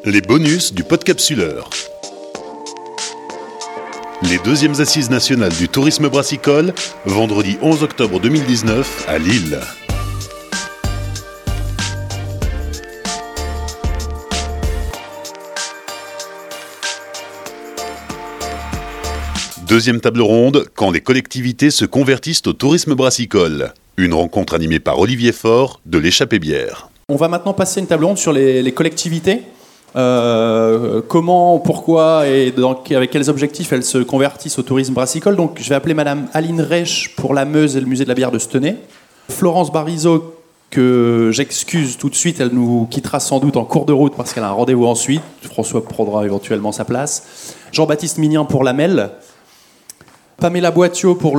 Les bonus du Podcapsuleur. Les deuxièmes assises nationales du tourisme brassicole, vendredi 11 octobre 2019 à Lille. Deuxième table ronde, quand les collectivités se convertissent au tourisme brassicole. Une rencontre animée par Olivier Faure de l'Échappée Bière. On va maintenant passer une table ronde sur les collectivités. Comment, pourquoi et avec quels objectifs elles se convertissent au tourisme brassicole. Donc, je vais appeler Madame Aline Reich pour la Meuse et le musée de la bière de Stenay. Florence Barizot, que j'excuse tout de suite, elle nous quittera sans doute en cours de route parce qu'elle a un rendez-vous ensuite. François prendra éventuellement sa place. Jean-Baptiste Mignan pour la MEL. Pamela Boitiot pour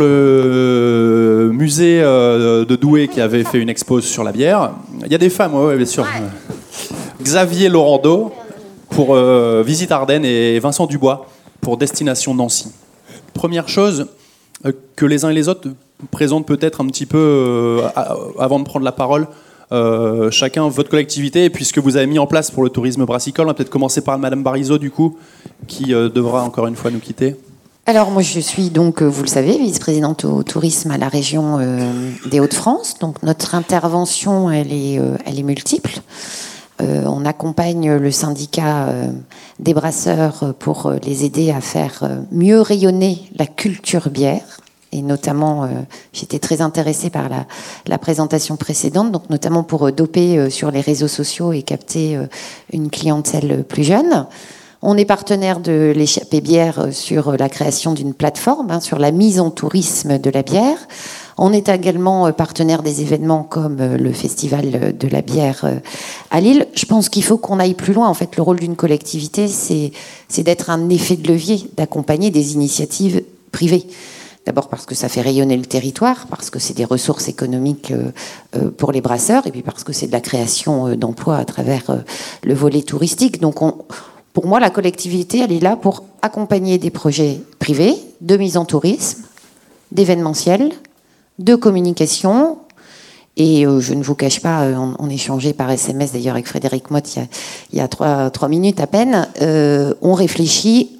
le musée de Douai qui avait fait une expo sur la bière. Il y a des femmes, oui, bien sûr. Xavier Laurando pour Visite Ardennes et Vincent Dubois pour Destination Nancy. Première chose que les uns et les autres présentent peut-être un petit peu avant de prendre la parole, chacun votre collectivité et puis ce que vous avez mis en place pour le tourisme brassicole. On va peut-être commencer par Madame Barizot du coup, qui devra encore une fois nous quitter. Alors moi je suis donc, vous le savez, vice-présidente au tourisme à la région des Hauts-de-France. Donc notre intervention elle est multiple. On accompagne le syndicat des brasseurs pour les aider à faire mieux rayonner la culture bière. Et notamment, j'étais très intéressée par la présentation précédente, donc notamment pour doper sur les réseaux sociaux et capter une clientèle plus jeune. On est partenaire de l'Échappée Bière sur la création d'une plateforme, sur la mise en tourisme de la bière. On est également partenaire des événements comme le Festival de la bière à Lille. Je pense qu'il faut qu'on aille plus loin. En fait, le rôle d'une collectivité, c'est d'être un effet de levier, d'accompagner des initiatives privées. D'abord parce que ça fait rayonner le territoire, parce que c'est des ressources économiques pour les brasseurs, et puis parce que c'est de la création d'emplois à travers le volet touristique. Donc pour moi, la collectivité, elle est là pour accompagner des projets privés de mise en tourisme, d'événementiel, de communication. Et je ne vous cache pas, on échangeait par SMS d'ailleurs avec Frédéric Motte il y a 3 minutes à peine. On réfléchit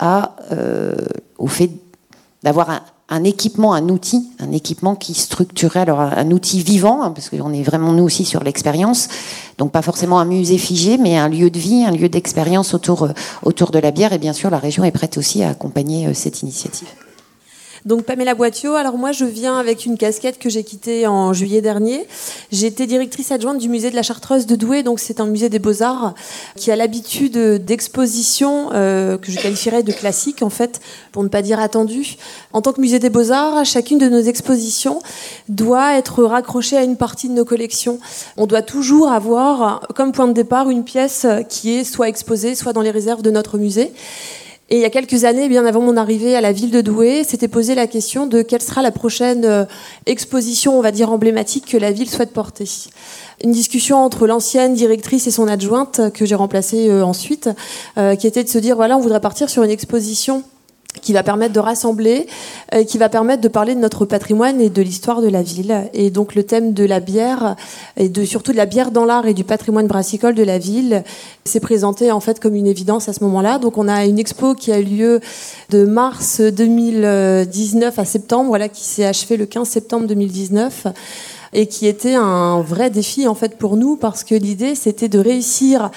au fait d'avoir un équipement, un équipement qui structurait, alors un outil vivant, parce qu'on est vraiment nous aussi sur l'expérience, donc pas forcément un musée figé, mais un lieu de vie, un lieu d'expérience autour de la bière, et bien sûr la région est prête aussi à accompagner cette initiative. Donc Pamela Boitiot, alors moi je viens avec une casquette que j'ai quittée en juillet dernier. J'ai été directrice adjointe du musée de la Chartreuse de Douai, donc c'est un musée des Beaux-Arts qui a l'habitude d'expositions que je qualifierais de classiques en fait, pour ne pas dire attendues. En tant que musée des Beaux-Arts, chacune de nos expositions doit être raccrochée à une partie de nos collections. On doit toujours avoir comme point de départ une pièce qui est soit exposée, soit dans les réserves de notre musée. Et il y a quelques années, bien avant mon arrivée à la ville de Douai, s'était posé la question de quelle sera la prochaine exposition, on va dire emblématique, que la ville souhaite porter. Une discussion entre l'ancienne directrice et son adjointe, que j'ai remplacée ensuite, qui était de se dire, voilà, on voudrait partir sur une exposition qui va permettre de rassembler, qui va permettre de parler de notre patrimoine et de l'histoire de la ville. Et donc le thème de la bière, et surtout de la bière dans l'art et du patrimoine brassicole de la ville, s'est présenté en fait comme une évidence à ce moment-là. Donc on a une expo qui a eu lieu de mars 2019 à septembre, voilà, qui s'est achevée le 15 septembre 2019. Et qui était un vrai défi en fait pour nous, parce que l'idée c'était de réussir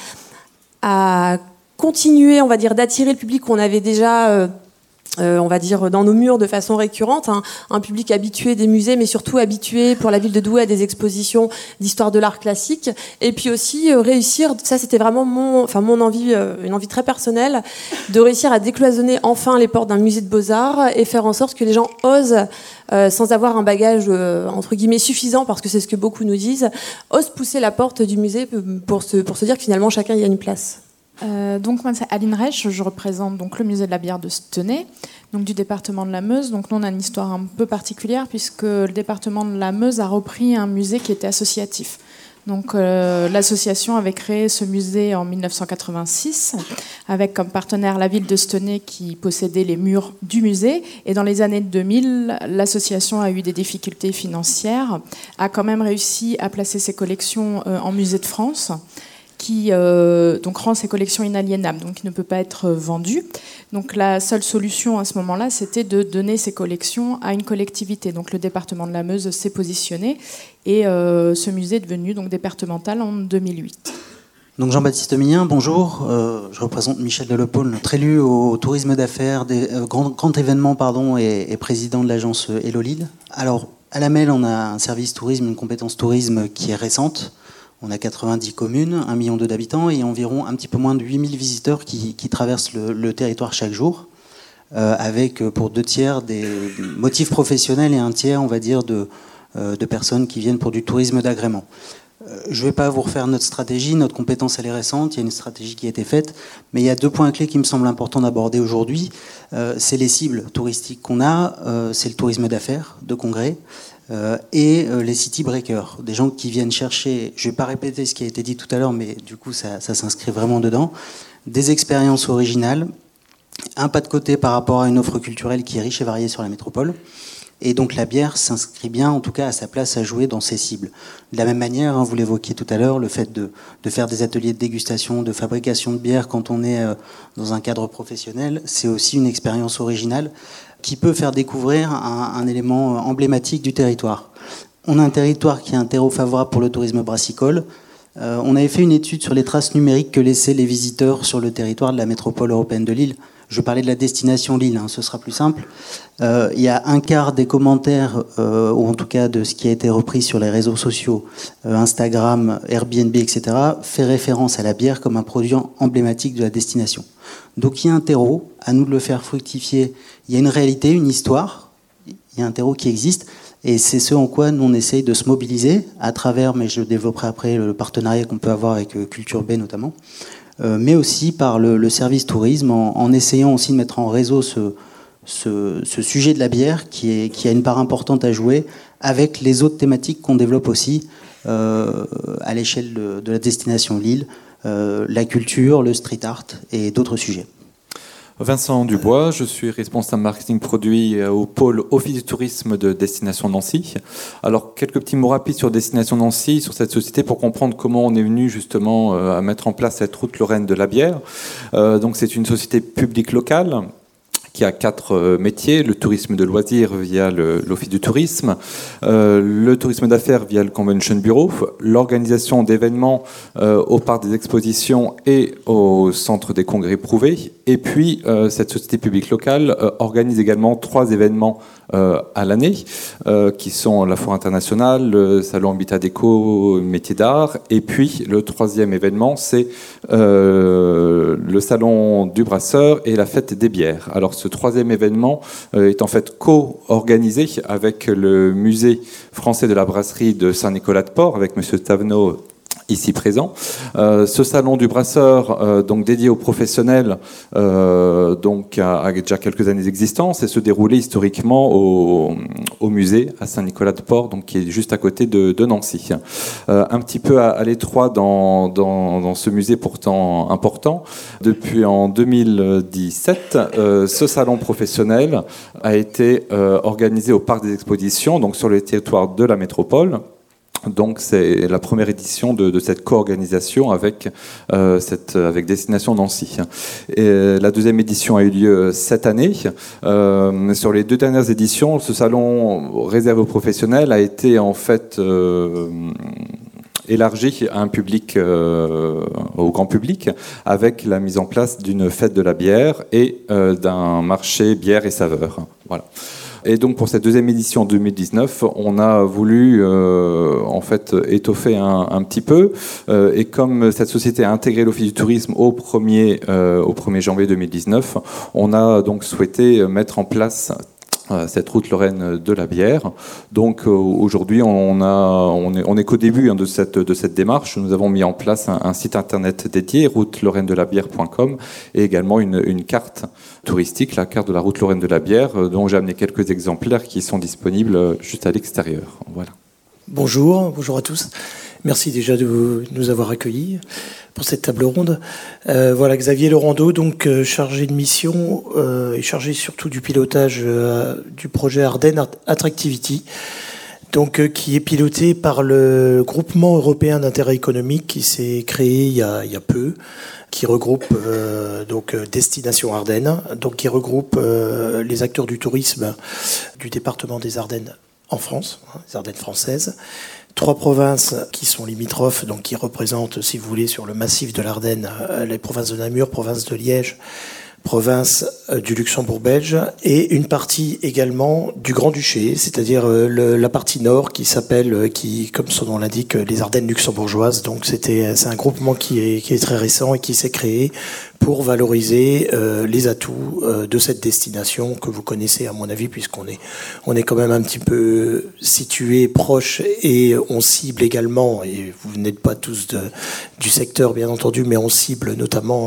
à continuer, on va dire, d'attirer le public qu'on avait déjà on va dire dans nos murs de façon récurrente, un public habitué des musées, mais surtout habitué pour la ville de Douai à des expositions d'histoire de l'art classique, et puis aussi réussir, ça c'était vraiment mon envie, une envie très personnelle, de réussir à décloisonner enfin les portes d'un musée de Beaux-Arts et faire en sorte que les gens osent, sans avoir un bagage entre guillemets suffisant, parce que c'est ce que beaucoup nous disent, osent pousser la porte du musée pour se dire que finalement chacun y a une place. Donc moi c'est Aline Reich, je représente donc le musée de la bière de Stenay, donc du département de la Meuse. Donc nous on a une histoire un peu particulière puisque le département de la Meuse a repris un musée qui était associatif. Donc l'association avait créé ce musée en 1986 avec comme partenaire la ville de Stenay qui possédait les murs du musée, et dans les années 2000 l'association a eu des difficultés financières, a quand même réussi à placer ses collections en musée de France, qui donc rend ses collections inaliénables, donc qui ne peut pas être vendu. Donc la seule solution à ce moment-là, c'était de donner ces collections à une collectivité. Donc le département de la Meuse s'est positionné et ce musée est devenu donc départemental en 2008. Donc Jean-Baptiste Millien, bonjour. Je représente Michel Delepaule, notre élu au tourisme d'affaires, grand événement et président de l'agence Hello Lille. Alors à la MEL, on a un service tourisme, une compétence tourisme qui est récente. On a 90 communes, 1,2 million d'habitants et environ un petit peu moins de 8000 visiteurs qui traversent le territoire chaque jour, avec pour 2 tiers des motifs professionnels et 1 tiers, on va dire, de personnes qui viennent pour du tourisme d'agrément. Je ne vais pas vous refaire notre stratégie, notre compétence elle est récente, il y a une stratégie qui a été faite, mais il y a 2 points clés qui me semblent importants d'aborder aujourd'hui. C'est les cibles touristiques qu'on a, c'est le tourisme d'affaires, de congrès, et les city breakers, des gens qui viennent chercher, je ne vais pas répéter ce qui a été dit tout à l'heure, mais du coup ça s'inscrit vraiment dedans, des expériences originales, un pas de côté par rapport à une offre culturelle qui est riche et variée sur la métropole. Et donc la bière s'inscrit bien, en tout cas, à sa place à jouer dans ces cibles. De la même manière, vous l'évoquiez tout à l'heure, le fait de faire des ateliers de dégustation, de fabrication de bière quand on est dans un cadre professionnel, c'est aussi une expérience originale qui peut faire découvrir un élément emblématique du territoire. On a un territoire qui est un terreau favorable pour le tourisme brassicole. On avait fait une étude sur les traces numériques que laissaient les visiteurs sur le territoire de la métropole européenne de Lille. Je parlais de la destination Lille, ce sera plus simple. Il y a un quart des commentaires, ou en tout cas de ce qui a été repris sur les réseaux sociaux, Instagram, Airbnb, etc., fait référence à la bière comme un produit emblématique de la destination. Donc il y a un terreau, à nous de le faire fructifier. Il y a une réalité, une histoire, il y a un terreau qui existe, et c'est ce en quoi nous on essaye de se mobiliser, à travers, mais je développerai après, le partenariat qu'on peut avoir avec Culture B notamment, mais aussi par le service tourisme, en essayant aussi de mettre en réseau ce sujet de la bière qui a une part importante à jouer avec les autres thématiques qu'on développe aussi à l'échelle de la destination Lille, la culture, le street art et d'autres sujets. Vincent Dubois, je suis responsable marketing produit au pôle Office du tourisme de Destination Nancy. Alors, quelques petits mots rapides sur Destination Nancy, sur cette société, pour comprendre comment on est venu justement à mettre en place cette route Lorraine de la bière. Donc, c'est une société publique locale qui a 4 métiers: le tourisme de loisirs via l'Office du tourisme, le tourisme d'affaires via le Convention Bureau, l'organisation d'événements au parc des expositions et au centre des congrès prouvés. Et puis, cette société publique locale organise également 3 événements à l'année, qui sont la Foire internationale, le Salon Habitat Déco, métier d'art, et puis le 3e événement, c'est le Salon du Brasseur et la Fête des bières. Alors, ce 3e événement est en fait co-organisé avec le Musée français de la brasserie de Saint-Nicolas-de-Port, avec M. Tavenot ici présent. Ce salon du brasseur, donc dédié aux professionnels, donc a déjà quelques années d'existence et se déroulait historiquement au musée à Saint-Nicolas-de-Port, donc qui est juste à côté de Nancy. Un petit peu à l'étroit dans ce musée pourtant important. Depuis en 2017, ce salon professionnel a été organisé au parc des expositions, donc sur le territoire de la métropole. Donc c'est la première édition de cette co-organisation avec Destination Nancy. Et la 2e édition a eu lieu cette année. Sur les 2 dernières éditions, ce salon réservé aux professionnels a été en fait élargi à un public, au grand public, avec la mise en place d'une fête de la bière et d'un marché bière et saveurs. Voilà. Et donc pour cette 2e édition 2019, on a voulu en fait étoffer un petit peu. Et comme cette société a intégré l'Office du tourisme au 1er janvier 2019, on a donc souhaité mettre en place cette route Lorraine de la bière. Donc aujourd'hui, on est qu'au début de cette démarche. Nous avons mis en place un site internet dédié, routelorrainedelbière.com, et également une carte touristique, la carte de la route Lorraine de la bière, dont j'ai amené quelques exemplaires qui sont disponibles juste à l'extérieur. Voilà. Bonjour à tous. Merci déjà de nous avoir accueillis pour cette table ronde. Voilà, Xavier Laurando, donc chargé de mission et chargé surtout du pilotage du projet Ardennes Attractivity. donc qui est piloté par le Groupement européen d'intérêt économique qui s'est créé il y a peu, qui regroupe donc Destination Ardennes, donc qui regroupe les acteurs du tourisme du département des Ardennes en France, les Ardennes françaises. 3 provinces qui sont limitrophes, donc qui représentent, si vous voulez, sur le massif de l'Ardenne, les provinces de Namur, province de Liège, province du Luxembourg belge, et une partie également du Grand-Duché, c'est-à-dire la partie nord qui s'appelle, comme son nom l'indique, les Ardennes luxembourgeoises. Donc c'est un groupement qui est très récent et qui s'est créé pour valoriser les atouts de cette destination que vous connaissez à mon avis, puisqu'on est quand même un petit peu situé proche et on cible également, et vous n'êtes pas tous du secteur bien entendu, mais on cible notamment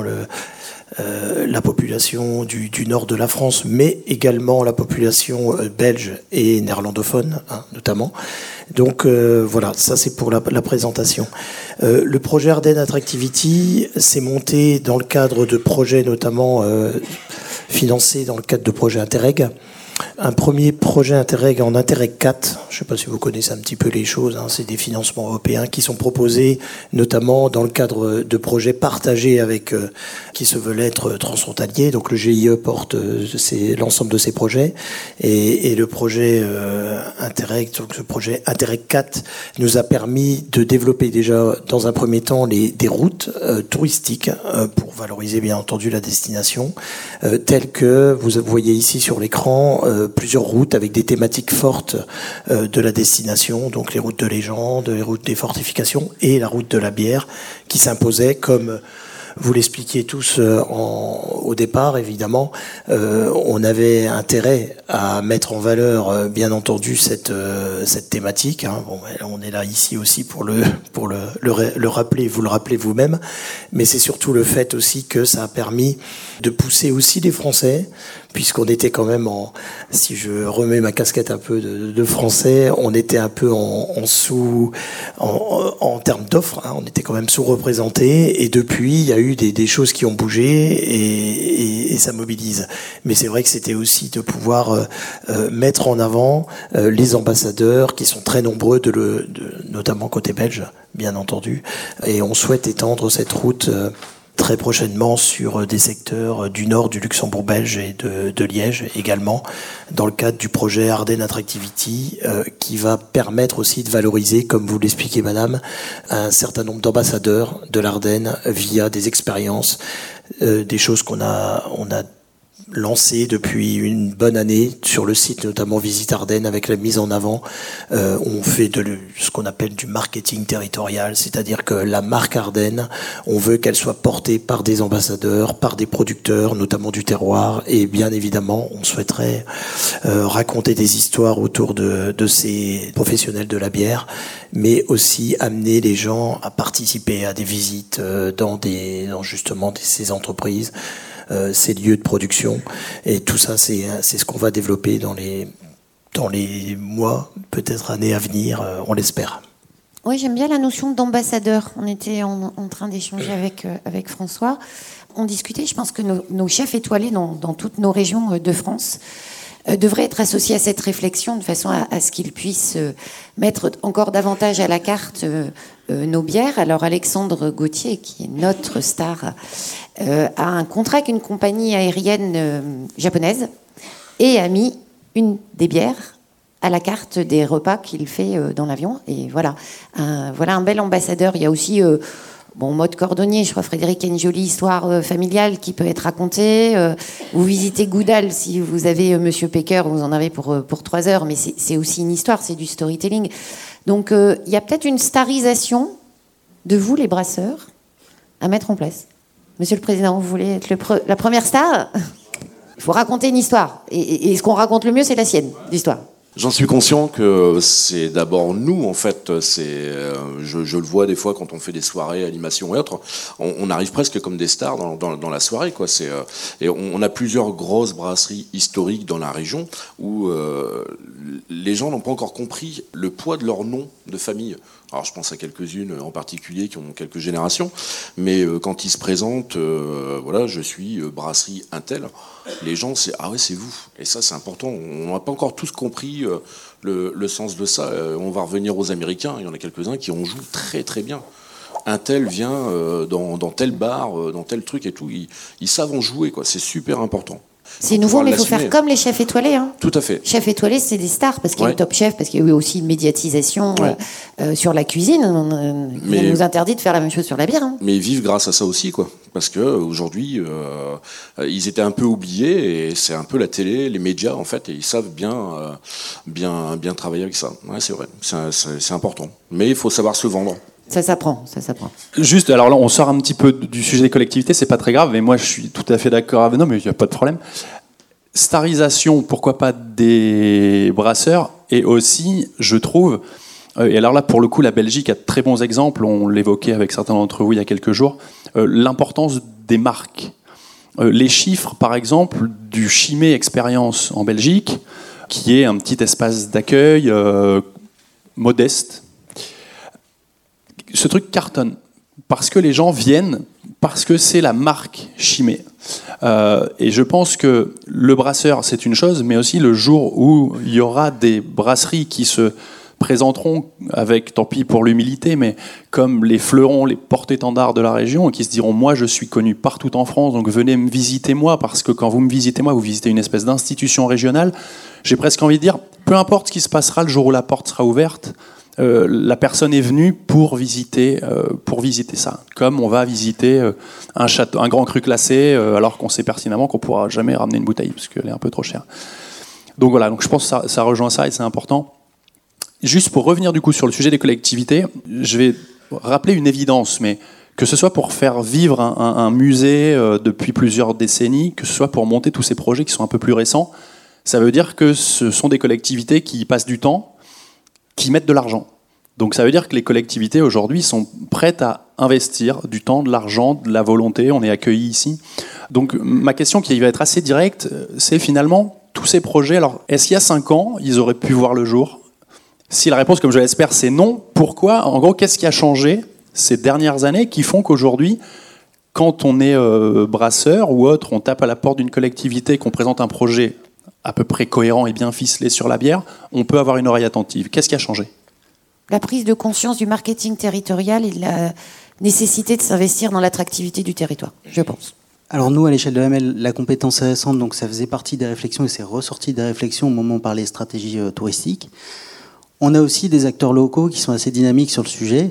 la population du nord de la France, mais également la population belge et néerlandophone, notamment. Donc voilà, ça c'est pour la présentation. Le projet Ardennes Attractivity s'est monté dans le cadre de projets notamment financés dans le cadre de projets Interreg. Un premier projet Interreg en Interreg 4, je ne sais pas si vous connaissez un petit peu les choses, c'est des financements européens qui sont proposés notamment dans le cadre de projets partagés avec qui se veulent être transfrontaliers. Donc le GIE porte l'ensemble de ces projets et le projet Interreg, donc le projet Interreg 4 nous a permis de développer déjà dans un premier temps des routes touristiques pour valoriser bien entendu la destination, telles que vous voyez ici sur l'écran. Plusieurs routes avec des thématiques fortes de la destination, donc les routes de légende, les routes des fortifications et la route de la bière qui s'imposait comme vous l'expliquiez tous au départ, évidemment, on avait intérêt à mettre en valeur, bien entendu, cette thématique. Bon, on est là ici aussi pour le rappeler, vous le rappelez vous-même, mais c'est surtout le fait aussi que ça a permis de pousser aussi les Français, puisqu'on était quand même si je remets ma casquette un peu de français, on était un peu en termes d'offres, on était quand même sous-représentés, et depuis, il y a eu des choses qui ont bougé, et ça mobilise. Mais c'est vrai que c'était aussi de pouvoir mettre en avant les ambassadeurs, qui sont très nombreux, notamment côté belge, bien entendu, et on souhaite étendre cette route très prochainement sur des secteurs du nord du Luxembourg belge et de Liège également, dans le cadre du projet Ardennes Attractivity, qui va permettre aussi de valoriser, comme vous l'expliquez madame, un certain nombre d'ambassadeurs de l'Ardenne via des expériences, des choses qu'on a lancé depuis une bonne année sur le site, notamment Visite Ardennes, avec la mise en avant. On fait ce qu'on appelle du marketing territorial, c'est-à-dire que la marque Ardennes, on veut qu'elle soit portée par des ambassadeurs, par des producteurs, notamment du terroir, et bien évidemment, on souhaiterait raconter des histoires autour de ces professionnels de la bière, mais aussi amener les gens à participer à des visites dans justement ces entreprises, ces lieux de production, et tout ça c'est ce qu'on va développer dans les mois, peut-être années à venir, on l'espère. Oui, j'aime bien la notion d'ambassadeur. On était en train d'échanger avec François. On discutait, je pense que nos chefs étoilés dans toutes nos régions de France devraient être associés à cette réflexion de façon à ce qu'ils puissent mettre encore davantage à la carte nos bières. Alors Alexandre Gauthier, qui est notre star, a un contrat avec une compagnie aérienne japonaise et a mis une des bières à la carte des repas qu'il fait dans l'avion. Et voilà un bel ambassadeur. Il y a aussi mode cordonnier, je crois, Frédéric a une jolie histoire familiale qui peut être racontée. Vous visitez Goudal, si vous avez Monsieur Pecker, vous en avez pour 3 heures, mais c'est aussi une histoire, c'est du storytelling. Donc il y a peut-être une starisation de vous, les brasseurs, à mettre en place. Monsieur le Président, vous voulez être la première star ? Il faut raconter une histoire. Et ce qu'on raconte le mieux, c'est la sienne, l'histoire. J'en suis conscient que c'est d'abord nous, en fait. Je le vois des fois quand on fait des soirées, animations et autres. On arrive presque comme des stars dans la soirée, quoi. Et on a plusieurs grosses brasseries historiques dans la région où les gens n'ont pas encore compris le poids de leur nom de famille. Alors je pense à quelques-unes en particulier qui ont quelques générations, mais quand ils se présentent, je suis brasserie Intel, les gens c'est ah ouais c'est vous, et ça c'est important. On n'a pas encore tous compris le sens de ça. On va revenir aux Américains, il y en a quelques-uns qui en jouent très très bien. Un tel vient dans tel bar, dans tel truc et tout, ils savent en jouer, quoi. C'est super important. C'est nouveau, mais il faut faire comme les chefs étoilés. Hein. Tout à fait. Chefs étoilés, c'est des stars, parce qu'il y a le Top Chef, parce qu'il y a eu aussi une médiatisation sur la cuisine. On nous interdit de faire la même chose sur la bière. Hein. Mais ils vivent grâce à ça aussi, quoi. Parce qu'aujourd'hui, ils étaient un peu oubliés, et c'est un peu la télé, les médias, en fait, et ils savent bien travailler avec ça. Ouais, c'est vrai, c'est important. Mais il faut savoir se vendre. Ça s'apprend. Juste, alors là, on sort un petit peu du sujet des collectivités, c'est pas très grave, mais moi je suis tout à fait d'accord avec... Non, mais il n'y a pas de problème. Starisation, pourquoi pas des brasseurs, et aussi, je trouve, et alors là, pour le coup, la Belgique a de très bons exemples, on l'évoquait avec certains d'entre vous il y a quelques jours, l'importance des marques. Les chiffres, par exemple, du Chimay Expérience en Belgique, qui est un petit espace d'accueil modeste. Ce truc cartonne, parce que les gens viennent, parce que c'est la marque Chimay. Et je pense que le brasseur, c'est une chose, mais aussi le jour où il y aura des brasseries qui se présenteront avec, tant pis pour l'humilité, mais comme les fleurons, les porte-étendards de la région, et qui se diront, moi je suis connu partout en France, donc venez me visiter moi, parce que quand vous me visitez moi, vous visitez une espèce d'institution régionale. J'ai presque envie de dire, peu importe ce qui se passera le jour où la porte sera ouverte, la personne est venue pour visiter ça. Comme on va visiter un château, un grand cru classé, alors qu'on sait pertinemment qu'on ne pourra jamais ramener une bouteille parce qu'elle est un peu trop chère. Donc voilà, donc je pense que ça rejoint ça et c'est important. Juste pour revenir du coup sur le sujet des collectivités, je vais rappeler une évidence, mais que ce soit pour faire vivre un musée depuis plusieurs décennies, que ce soit pour monter tous ces projets qui sont un peu plus récents, ça veut dire que ce sont des collectivités qui passent du temps, qui mettent de l'argent. Donc ça veut dire que les collectivités aujourd'hui sont prêtes à investir du temps, de l'argent, de la volonté. On est accueillis ici. Donc ma question qui va être assez directe, c'est finalement tous ces projets. Alors est-ce qu'il y a 5 ans, ils auraient pu voir le jour ? Si la réponse, comme je l'espère, c'est non, pourquoi ? En gros, qu'est-ce qui a changé ces dernières années qui font qu'aujourd'hui, quand on est brasseur ou autre, on tape à la porte d'une collectivité, qu'on présente un projet à peu près cohérent et bien ficelé sur la bière, on peut avoir une oreille attentive. Qu'est-ce qui a changé ? La prise de conscience du marketing territorial et de la nécessité de s'investir dans l'attractivité du territoire, je pense. Alors nous, à l'échelle de l'AML, la compétence est récente, donc ça faisait partie des réflexions et c'est ressorti des réflexions au moment où on parlait stratégie touristique. On a aussi des acteurs locaux qui sont assez dynamiques sur le sujet,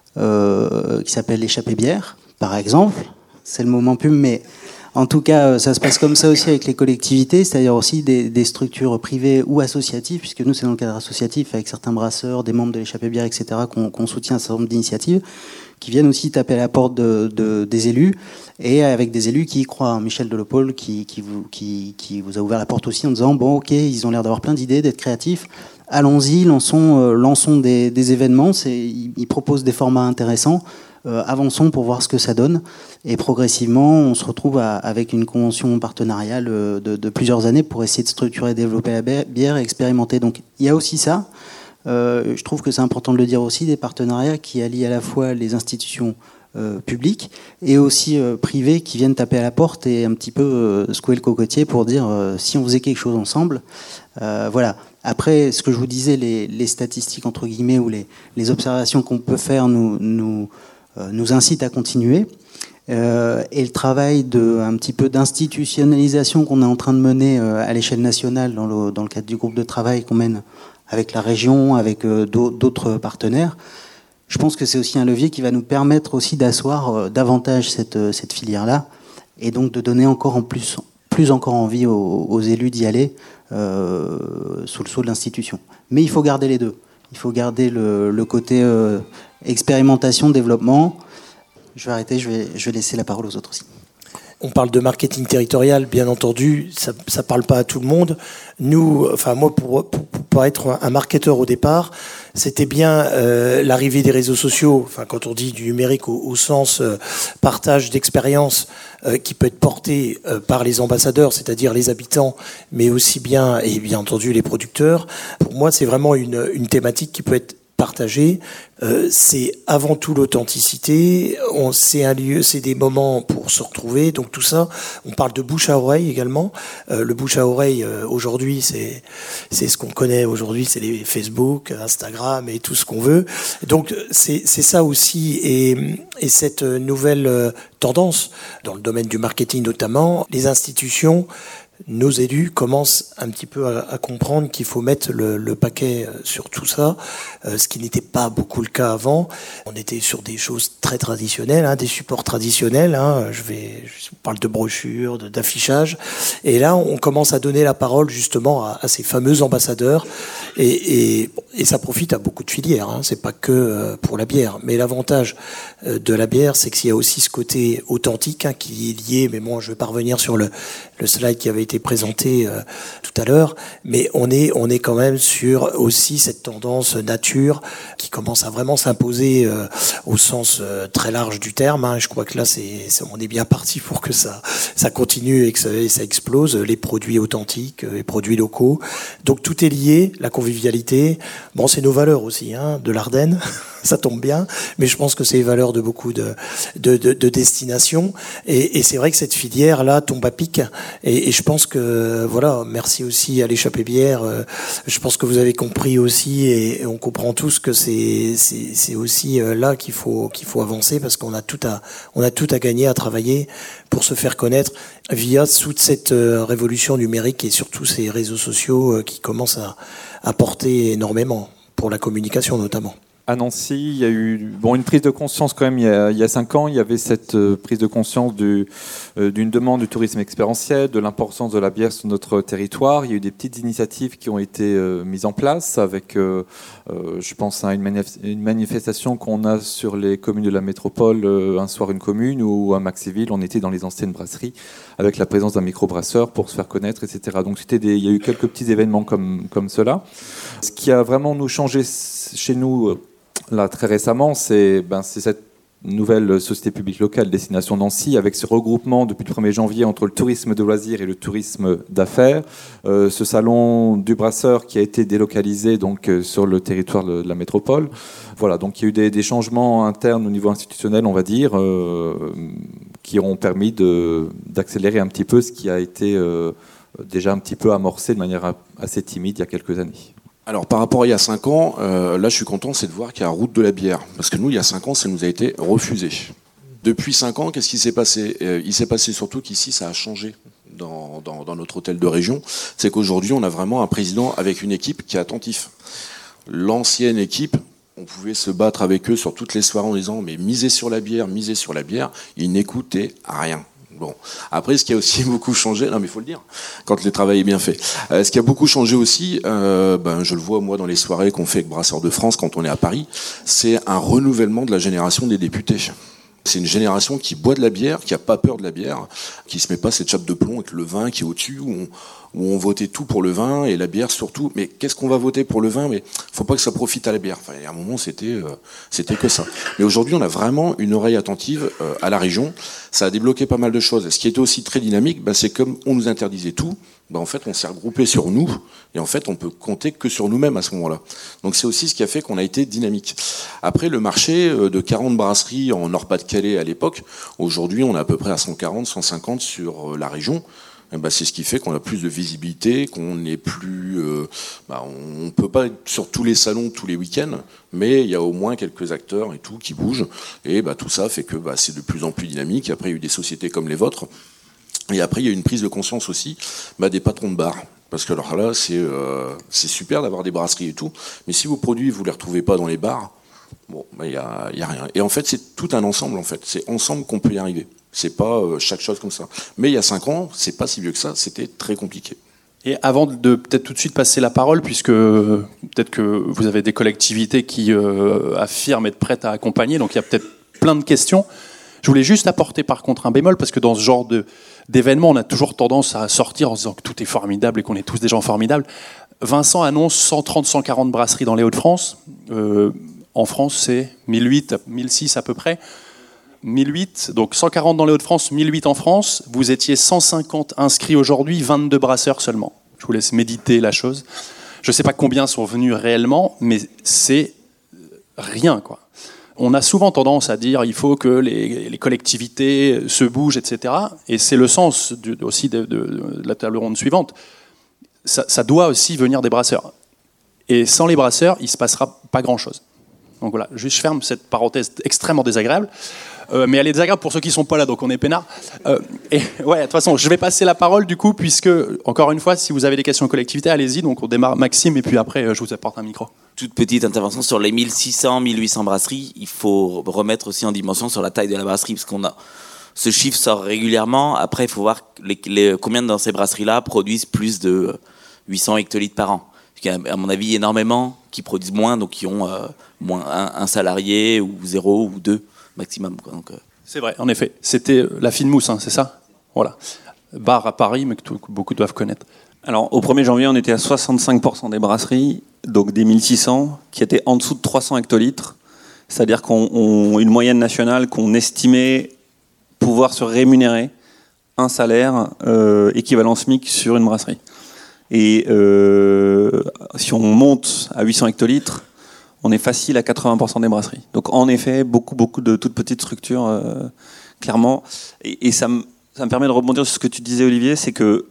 qui s'appellent l'échappée bière, par exemple. C'est le moment pub, mais... En tout cas, ça se passe comme ça aussi avec les collectivités, c'est-à-dire aussi des structures privées ou associatives, puisque nous, c'est dans le cadre associatif, avec certains brasseurs, des membres de l'échappée bière, etc., qu'on soutient un certain nombre d'initiatives, qui viennent aussi taper à la porte des élus, et avec des élus qui y croient. Michel Delopole, qui vous a ouvert la porte aussi en disant, bon, ok, ils ont l'air d'avoir plein d'idées, d'être créatifs, allons-y, lançons des événements, ils proposent des formats intéressants, avançons pour voir ce que ça donne. Et progressivement, on se retrouve avec une convention partenariale de plusieurs années pour essayer de structurer et développer la bière et expérimenter. Donc il y a aussi ça. Je trouve que c'est important de le dire aussi, des partenariats qui allient à la fois les institutions publiques et aussi privées qui viennent taper à la porte et un petit peu secouer le cocotier pour dire si on faisait quelque chose ensemble. Voilà. Après, ce que je vous disais, les statistiques entre guillemets ou les observations qu'on peut faire nous incite à continuer. Et le travail un petit peu d'institutionnalisation qu'on est en train de mener à l'échelle nationale dans le cadre du groupe de travail qu'on mène avec la région, avec d'autres partenaires, je pense que c'est aussi un levier qui va nous permettre aussi d'asseoir davantage cette filière-là et donc de donner plus encore envie aux élus d'y aller sous le sceau de l'institution. Mais il faut garder les deux. Il faut garder le côté expérimentation, développement. Je vais arrêter, je vais laisser la parole aux autres aussi. On parle de marketing territorial, bien entendu, ça ne parle pas à tout le monde. Nous, enfin moi, pour être un marketeur au départ, c'était bien l'arrivée des réseaux sociaux, enfin quand on dit du numérique au sens partage d'expérience qui peut être porté par les ambassadeurs, c'est-à-dire les habitants, mais aussi bien, et bien entendu les producteurs. Pour moi, c'est vraiment une thématique qui peut être partagée c'est avant tout l'authenticité. C'est un lieu, c'est des moments pour se retrouver. Donc tout ça, on parle de bouche à oreille également. Le bouche à oreille aujourd'hui, c'est ce qu'on connaît aujourd'hui, c'est les Facebook, Instagram et tout ce qu'on veut. Donc c'est ça aussi, et cette nouvelle tendance dans le domaine du marketing notamment, les institutions, nos élus commencent un petit peu à comprendre qu'il faut mettre le paquet sur tout ça, ce qui n'était pas beaucoup le cas avant. On était sur des choses très traditionnelles, des supports traditionnels. Je parle de brochures, d'affichage. Et là, on commence à donner la parole justement à ces fameux ambassadeurs. Et ça profite à beaucoup de filières. C'est pas que pour la bière. Mais l'avantage de la bière, c'est qu'il y a aussi ce côté authentique qui est lié. Mais moi, je vais pas revenir sur le slide qui avait été présenté tout à l'heure, mais on est quand même sur aussi cette tendance nature qui commence à vraiment s'imposer au sens très large du terme. Je crois que là, on est bien parti pour que ça continue et que ça explose. Les produits authentiques, les produits locaux. Donc tout est lié, la convivialité. Bon, c'est nos valeurs aussi, de l'Ardenne. Ça tombe bien, mais je pense que c'est les valeurs de beaucoup de destinations. Et c'est vrai que cette filière-là tombe à pic. Et je pense que, voilà, merci aussi à l'échappée bière. Je pense que vous avez compris aussi, et on comprend tous que c'est aussi là qu'il faut avancer, parce qu'on a tout à gagner, à travailler pour se faire connaître via toute cette révolution numérique et surtout ces réseaux sociaux qui commencent à porter énormément pour la communication notamment. À Nancy, il y a eu une prise de conscience quand même il y a 5 ans. Il y avait cette prise de conscience d'une demande du tourisme expérientiel, de l'importance de la bière sur notre territoire. Il y a eu des petites initiatives qui ont été mises en place avec, je pense à une manifestation qu'on a sur les communes de la métropole, un soir une commune, ou à Maxéville, on était dans les anciennes brasseries avec la présence d'un microbrasseur pour se faire connaître, etc. Donc il y a eu quelques petits événements comme cela. Ce qui a vraiment nous changé chez nous là très récemment, c'est cette nouvelle société publique locale Destination Nancy, avec ce regroupement depuis le 1er janvier entre le tourisme de loisirs et le tourisme d'affaires. Ce salon du brasseur qui a été délocalisé donc sur le territoire de la métropole. Voilà, donc il y a eu des changements internes au niveau institutionnel, on va dire, qui ont permis d'accélérer un petit peu ce qui a été déjà un petit peu amorcé de manière assez timide il y a quelques années. Alors par rapport à il y a 5 ans, là je suis content, c'est de voir qu'il y a la route de la bière. Parce que nous, il y a 5 ans, ça nous a été refusé. Depuis 5 ans, qu'est-ce qui s'est passé ? Il s'est passé surtout qu'ici, ça a changé dans notre hôtel de région. C'est qu'aujourd'hui, on a vraiment un président avec une équipe qui est attentif. L'ancienne équipe, on pouvait se battre avec eux sur toutes les soirées en disant « mais misez sur la bière », ils n'écoutaient rien. Bon. Après, ce qui a aussi beaucoup changé, non mais il faut le dire, quand le travail est bien fait. Ce qui a beaucoup changé aussi, je le vois moi dans les soirées qu'on fait avec Brasseurs de France quand on est à Paris, c'est un renouvellement de la génération des députés. C'est une génération qui boit de la bière, qui a pas peur de la bière, qui se met pas cette chape de plomb avec le vin qui est au-dessus, où on votait tout pour le vin et la bière surtout. Mais qu'est-ce qu'on va voter pour le vin ? Mais faut pas que ça profite à la bière. Enfin, à un moment, c'était que ça. Mais aujourd'hui, on a vraiment une oreille attentive à la région. Ça a débloqué pas mal de choses. Ce qui était aussi très dynamique, c'est comme on nous interdisait tout. En fait, on s'est regroupé sur nous, et en fait, on peut compter que sur nous-mêmes à ce moment-là. Donc, c'est aussi ce qui a fait qu'on a été dynamique. Après, le marché de 40 brasseries en Nord-Pas-de-Calais à l'époque, aujourd'hui, on est à peu près à 140, 150 sur la région. C'est ce qui fait qu'on a plus de visibilité, qu'on n'est plus... on peut pas être sur tous les salons tous les week-ends, mais il y a au moins quelques acteurs et tout qui bougent. Et tout ça fait que c'est de plus en plus dynamique. Après, il y a eu des sociétés comme les vôtres. Et après, il y a une prise de conscience aussi des patrons de bars. Parce que alors là, c'est super d'avoir des brasseries et tout, mais si vos produits, vous ne les retrouvez pas dans les bars, il y a rien. Et en fait, c'est tout un ensemble, en fait. C'est ensemble qu'on peut y arriver. C'est pas chaque chose comme ça. Mais il y a 5 ans, c'est pas si vieux que ça, c'était très compliqué. Et avant de peut-être tout de suite passer la parole, puisque peut-être que vous avez des collectivités qui affirment être prêtes à accompagner, donc il y a peut-être plein de questions. Je voulais juste apporter par contre un bémol, parce que dans ce genre d'événement, on a toujours tendance à sortir en se disant que tout est formidable et qu'on est tous des gens formidables. Vincent annonce 130-140 brasseries dans les Hauts-de-France. En France, c'est 1008, 1006 à peu près. 1008, donc 140 dans les Hauts-de-France, 1008 en France. Vous étiez 150 inscrits aujourd'hui, 22 brasseurs seulement. Je vous laisse méditer la chose. Je ne sais pas combien sont venus réellement, mais c'est rien, quoi. On a souvent tendance à dire il faut que les collectivités se bougent, etc. Et c'est le sens aussi de la table ronde suivante. Ça doit aussi venir des brasseurs. Et sans les brasseurs, il ne se passera pas grand-chose. Donc voilà, juste je ferme cette parenthèse extrêmement désagréable. Mais elle est désagréable pour ceux qui ne sont pas là, donc on est peinard. Et ouais, de toute façon, je vais passer la parole du coup, puisque, encore une fois, si vous avez des questions aux collectivités, allez-y. Donc on démarre Maxime, et puis après, je vous apporte un micro. Toute petite intervention sur les 1600, 1800 brasseries. Il faut remettre aussi en dimension sur la taille de la brasserie, parce qu'on a ce chiffre sort régulièrement. Après, il faut voir combien dans ces brasseries-là produisent plus de 800 hectolitres par an. Il y a, à mon avis, énormément qui produisent moins, donc qui ont moins un salarié, ou 0 ou 2 maximum, quoi. Donc, c'est vrai, en effet. C'était la fine mousse, hein, c'est ça ? Voilà. Bar à Paris, mais que beaucoup doivent connaître. Alors, au 1er janvier, on était à 65% des brasseries, donc des 1600, qui étaient en dessous de 300 hectolitres. C'est-à-dire qu'on une moyenne nationale qu'on estimait pouvoir se rémunérer un salaire équivalent SMIC sur une brasserie. Et si on monte à 800 hectolitres, on est facile à 80% des brasseries. Donc en effet, beaucoup de toutes petites structures, clairement. Et ça me permet de rebondir sur ce que tu disais, Olivier, c'est que,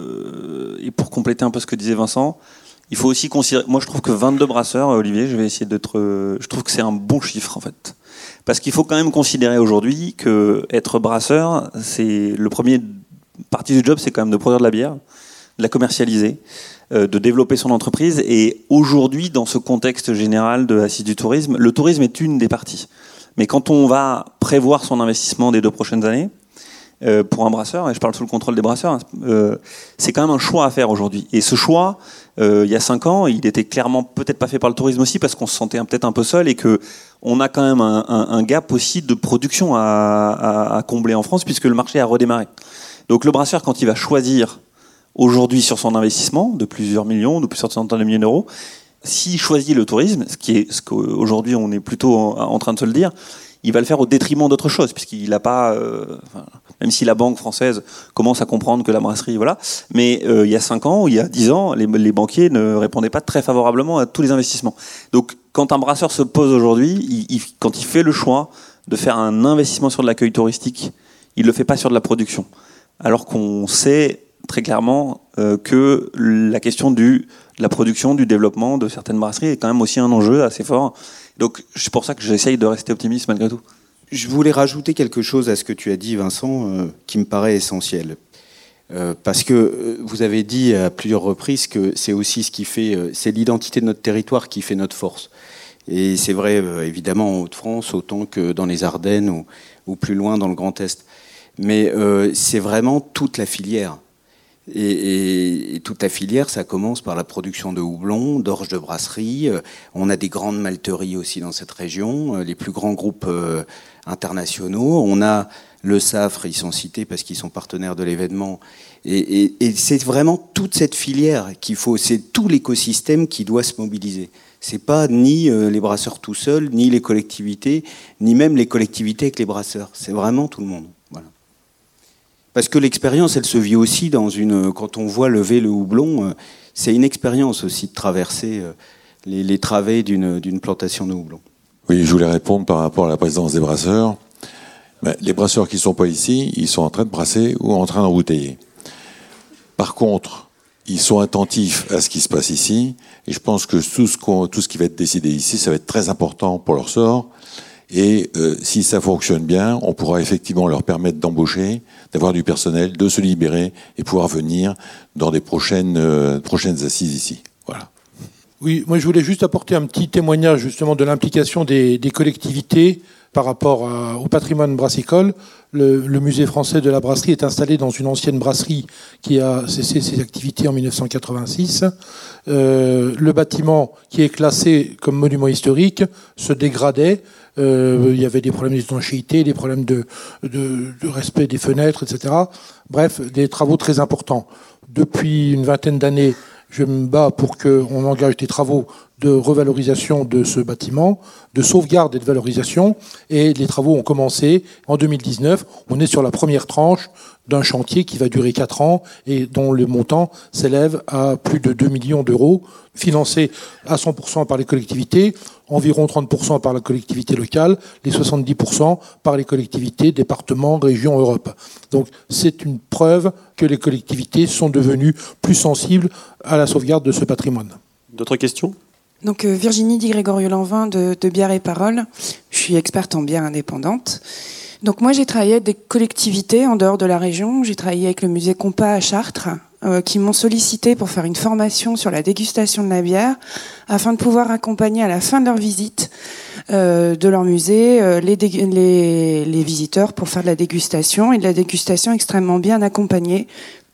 et pour compléter un peu ce que disait Vincent, il faut aussi considérer... Moi, je trouve que 22 brasseurs, Olivier, je vais essayer d'être... Je trouve que c'est un bon chiffre, en fait. Parce qu'il faut quand même considérer aujourd'hui qu'être brasseur, c'est le premier partie du job, c'est quand même de produire de la bière, de la commercialiser, de développer son entreprise. Et aujourd'hui, dans ce contexte général de l'Assise du tourisme, le tourisme est une des parties. Mais quand on va prévoir son investissement des 2 prochaines années, pour un brasseur, et je parle sous le contrôle des brasseurs, c'est quand même un choix à faire aujourd'hui. Et ce choix, il y a 5 ans, il était clairement peut-être pas fait par le tourisme aussi, parce qu'on se sentait peut-être un peu seul, et qu'on a quand même un gap aussi de production à combler en France, puisque le marché a redémarré. Donc le brasseur, quand il va choisir aujourd'hui sur son investissement de plusieurs millions, de plusieurs centaines de millions d'euros, s'il choisit le tourisme, ce qu'aujourd'hui on est plutôt en train de se le dire, il va le faire au détriment d'autres choses, puisqu'il n'a pas, même si la banque française commence à comprendre que la brasserie, voilà, mais il y a 5 ans ou il y a 10 ans, les banquiers ne répondaient pas très favorablement à tous les investissements. Donc quand un brasseur se pose aujourd'hui, quand il fait le choix de faire un investissement sur de l'accueil touristique, il ne le fait pas sur de la production. Alors qu'on sait très clairement que la question de la production, du développement de certaines brasseries est quand même aussi un enjeu assez fort. Donc c'est pour ça que j'essaye de rester optimiste malgré tout. Je voulais rajouter quelque chose à ce que tu as dit, Vincent, qui me paraît essentiel. Parce que vous avez dit à plusieurs reprises que c'est aussi ce qui fait, c'est l'identité de notre territoire qui fait notre force. Et c'est vrai évidemment en Hauts-de-France, autant que dans les Ardennes ou plus loin dans le Grand Est. Mais c'est vraiment toute la filière. Et toute la filière, ça commence par la production de houblon, d'orge de brasserie. On a des grandes malteries aussi dans cette région, les plus grands groupes internationaux. On a le SAFRE, ils sont cités parce qu'ils sont partenaires de l'événement. Et c'est vraiment toute cette filière qu'il faut, c'est tout l'écosystème qui doit se mobiliser. C'est pas ni les brasseurs tout seuls, ni les collectivités, ni même les collectivités avec les brasseurs. C'est vraiment tout le monde. Voilà. Parce que l'expérience, elle se vit aussi quand on voit lever le houblon, c'est une expérience aussi de traverser les travées d'une plantation de houblon. Oui, je voulais répondre par rapport à la présidence des brasseurs. Les brasseurs qui ne sont pas ici, ils sont en train de brasser ou en train d'embouteiller. Par contre, ils sont attentifs à ce qui se passe ici, et je pense que tout ce qui va être décidé ici, ça va être très important pour leur sort. Et si ça fonctionne bien, on pourra effectivement leur permettre d'embaucher, d'avoir du personnel, de se libérer et pouvoir venir dans des prochaines assises ici. Voilà. Oui, moi je voulais juste apporter un petit témoignage justement de l'implication des collectivités par rapport au patrimoine brassicole. Le musée français de la brasserie est installé dans une ancienne brasserie qui a cessé ses activités en 1986. Le bâtiment qui est classé comme monument historique se dégradait. Il y avait des problèmes d'étanchéité, des problèmes de respect des fenêtres, etc. Bref, des travaux très importants. Depuis une vingtaine d'années, je me bats pour qu'on engage des travaux de revalorisation de ce bâtiment, de sauvegarde et de valorisation. Et les travaux ont commencé en 2019. On est sur la première tranche d'un chantier qui va durer 4 ans et dont le montant s'élève à plus de 2 millions d'euros, financé à 100% par les collectivités, environ 30% par la collectivité locale, les 70% par les collectivités, départements, régions, Europe. Donc c'est une preuve que les collectivités sont devenues plus sensibles à la sauvegarde de ce patrimoine. D'autres questions ? Donc Virginie Di Gregorio-Lanvin de Bière et Parole. Je suis experte en bière indépendante. Donc moi j'ai travaillé avec des collectivités en dehors de la région. J'ai travaillé avec le musée Compas à Chartres, qui m'ont sollicité pour faire une formation sur la dégustation de la bière, afin de pouvoir accompagner à la fin de leur visite de leur musée les visiteurs pour faire de la dégustation, et de la dégustation extrêmement bien accompagnée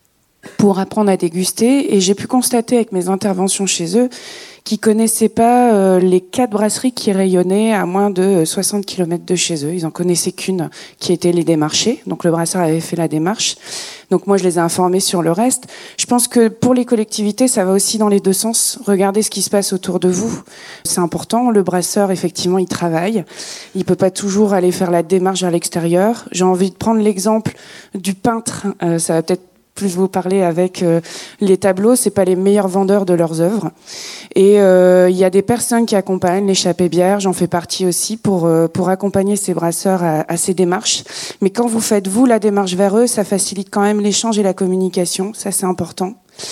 pour apprendre à déguster. Et j'ai pu constater avec mes interventions chez eux qu'ils connaissaient pas les 4 brasseries qui rayonnaient à moins de 60 km de chez eux. Ils en connaissaient qu'une, qui était les Démarchés. Donc le brasseur avait fait la démarche. Donc moi je les ai informés sur le reste. Je pense que pour les collectivités, ça va aussi dans les deux sens. Regardez ce qui se passe autour de vous. C'est important. Le brasseur, effectivement, il travaille. Il peut pas toujours aller faire la démarche vers l'extérieur. J'ai envie de prendre l'exemple du peintre. Ça va peut-être plus vous parler avec les tableaux, c'est pas les meilleurs vendeurs de leurs œuvres. Et il y a des personnes qui accompagnent l'échappée bière, j'en fais partie aussi, pour accompagner ces brasseurs à ces démarches. Mais quand vous faites, vous, la démarche vers eux, ça facilite quand même l'échange et la communication, ça c'est important.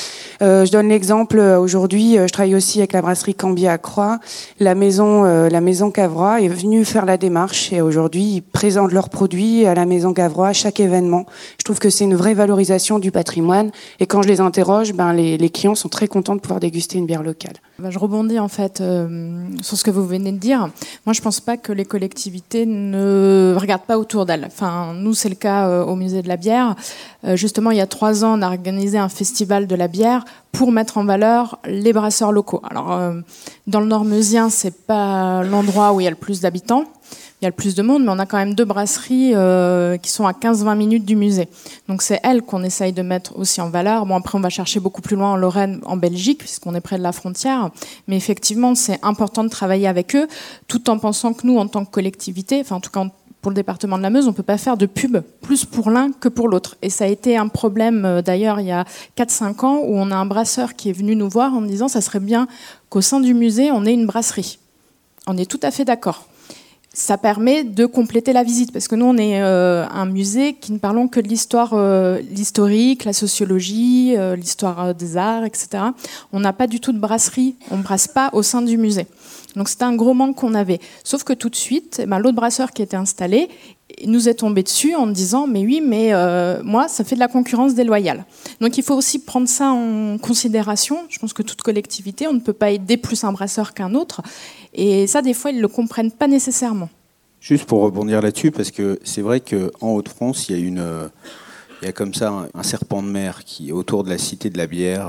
Je donne l'exemple, aujourd'hui, je travaille aussi avec la brasserie Cambier à Croix. La maison Cavrois est venue faire la démarche et aujourd'hui, ils présentent leurs produits à la maison Cavrois à chaque événement. Je trouve que c'est une vraie valorisation du patrimoine et quand je les interroge, les clients sont très contents de pouvoir déguster une bière locale. Je rebondis en fait sur ce que vous venez de dire. Moi, je pense pas que les collectivités ne regardent pas autour d'elles. Enfin, nous, c'est le cas au musée de la bière. Justement, il y a 3 ans, on a organisé un festival de la bière pour mettre en valeur les brasseurs locaux. Alors, dans le Nord meusien, c'est pas l'endroit où il y a le plus d'habitants. Il y a le plus de monde, mais on a quand même 2 brasseries qui sont à 15-20 minutes du musée. Donc c'est elles qu'on essaye de mettre aussi en valeur. Bon, après, on va chercher beaucoup plus loin en Lorraine, en Belgique, puisqu'on est près de la frontière. Mais effectivement, c'est important de travailler avec eux, tout en pensant que nous, en tant que collectivité, enfin en tout cas pour le département de la Meuse, on ne peut pas faire de pub plus pour l'un que pour l'autre. Et ça a été un problème, d'ailleurs, il y a 4-5 ans, où on a un brasseur qui est venu nous voir en disant « ça serait bien qu'au sein du musée, on ait une brasserie ». On est tout à fait d'accord. Ça permet de compléter la visite, parce que nous, on est un musée qui ne parlons que de l'histoire, l'historique, la sociologie, l'histoire des arts, etc. On n'a pas du tout de brasserie, on ne brasse pas au sein du musée. Donc c'était un gros manque qu'on avait. Sauf que tout de suite, l'autre brasseur qui était installé nous est tombé dessus en disant « mais oui, mais moi, ça fait de la concurrence déloyale ». Donc il faut aussi prendre ça en considération. Je pense que toute collectivité, on ne peut pas aider plus un brasseur qu'un autre. Et ça, des fois, ils ne le comprennent pas nécessairement. Juste pour rebondir là-dessus, parce que c'est vrai qu'en Hauts-de-France, il y a comme ça un serpent de mer qui est autour de la Cité de la Bière,